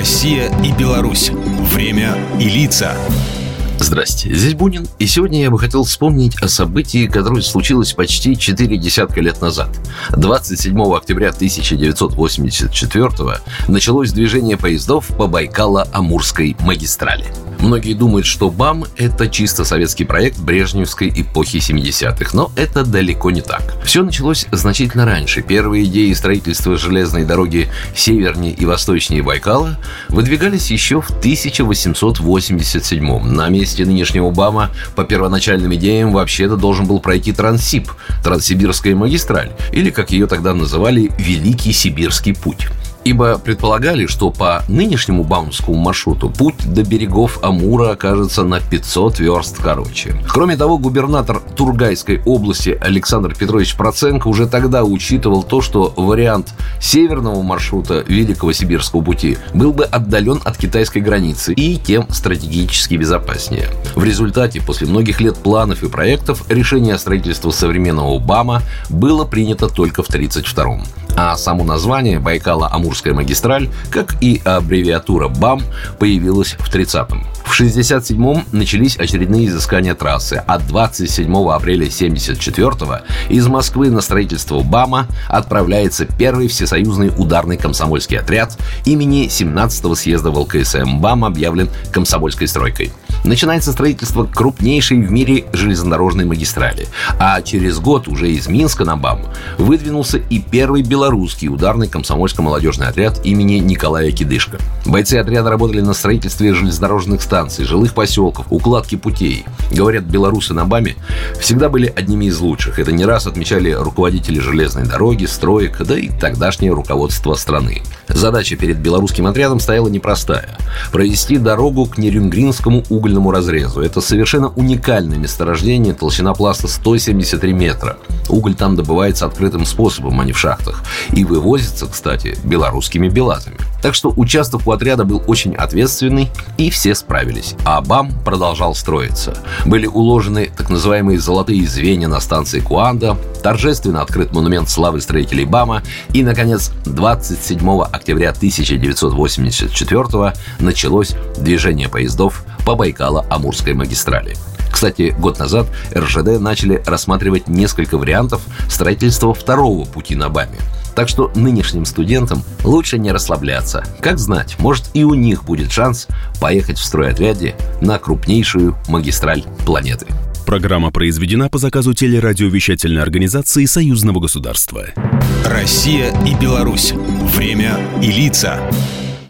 Россия и Беларусь. Время и лица. Здрасте, здесь Бунин, и сегодня я бы хотел вспомнить о событии, которое случилось почти 4 десятка лет назад. 27 октября 1984 началось движение поездов по Байкало-Амурской магистрали. Многие думают, что БАМ – это чисто советский проект брежневской эпохи 70-х, но это далеко не так. Все началось значительно раньше. Первые идеи строительства железной дороги севернее и восточнее Байкала выдвигались еще в 1887-м. На месте нынешнего БАМа по первоначальным идеям вообще-то должен был пройти Транссиб – Транссибирская магистраль, или, как ее тогда называли, Великий Сибирский путь. Ибо предполагали, что по нынешнему баумскому маршруту путь до берегов Амура окажется на 500 верст короче. Кроме того, губернатор Тургайской области Александр Петрович Проценко уже тогда учитывал то, что вариант северного маршрута Великого Сибирского пути был бы отдален от китайской границы и тем стратегически безопаснее. В результате, после многих лет планов и проектов, решение о строительстве современного БАМа было принято только в 1932-м. А само название Байкало-Амурская магистраль, как и аббревиатура БАМ, появилась в 1930-м. В 1967-м начались очередные изыскания трассы, а 27 апреля 1974-го из Москвы на строительство БАМа отправляется первый всесоюзный ударный комсомольский отряд имени 17-го съезда ВЛКСМ. БАМ объявлен комсомольской стройкой. Начинается строительство крупнейшей в мире железнодорожной магистрали, а через год уже из Минска на БАМ выдвинулся и первый белорусский ударный комсомольско-молодежный отряд имени Николая Кидышко. Бойцы отряда работали на строительстве железнодорожных станций, жилых поселков, укладке путей. Говорят, белорусы на БАМе всегда были одними из лучших. Это не раз отмечали руководители железной дороги, строек, да и тогдашнее руководство страны. Задача перед белорусским отрядом стояла непростая – провести дорогу к Нерюнгринскому угольному разрезу. Это совершенно уникальное месторождение, толщина пласта 173 метра. Уголь там добывается открытым способом, а не в шахтах. И вывозится, кстати, белорусскими белазами. Так что участок у отряда был очень ответственный, и все справились. А БАМ продолжал строиться. Были уложены так называемые «золотые звенья» на станции Куанда, торжественно открыт монумент славы строителей БАМа, и, наконец, 27 октября 1984 началось движение поездов по Байкало-Амурской магистрали. Кстати, год назад РЖД начали рассматривать несколько вариантов строительства второго пути на БАМе. Так что нынешним студентам лучше не расслабляться. Как знать, может, и у них будет шанс поехать в стройотряде на крупнейшую магистраль планеты. Программа произведена по заказу телерадиовещательной организации Союзного государства. Россия и Беларусь. Время и лица.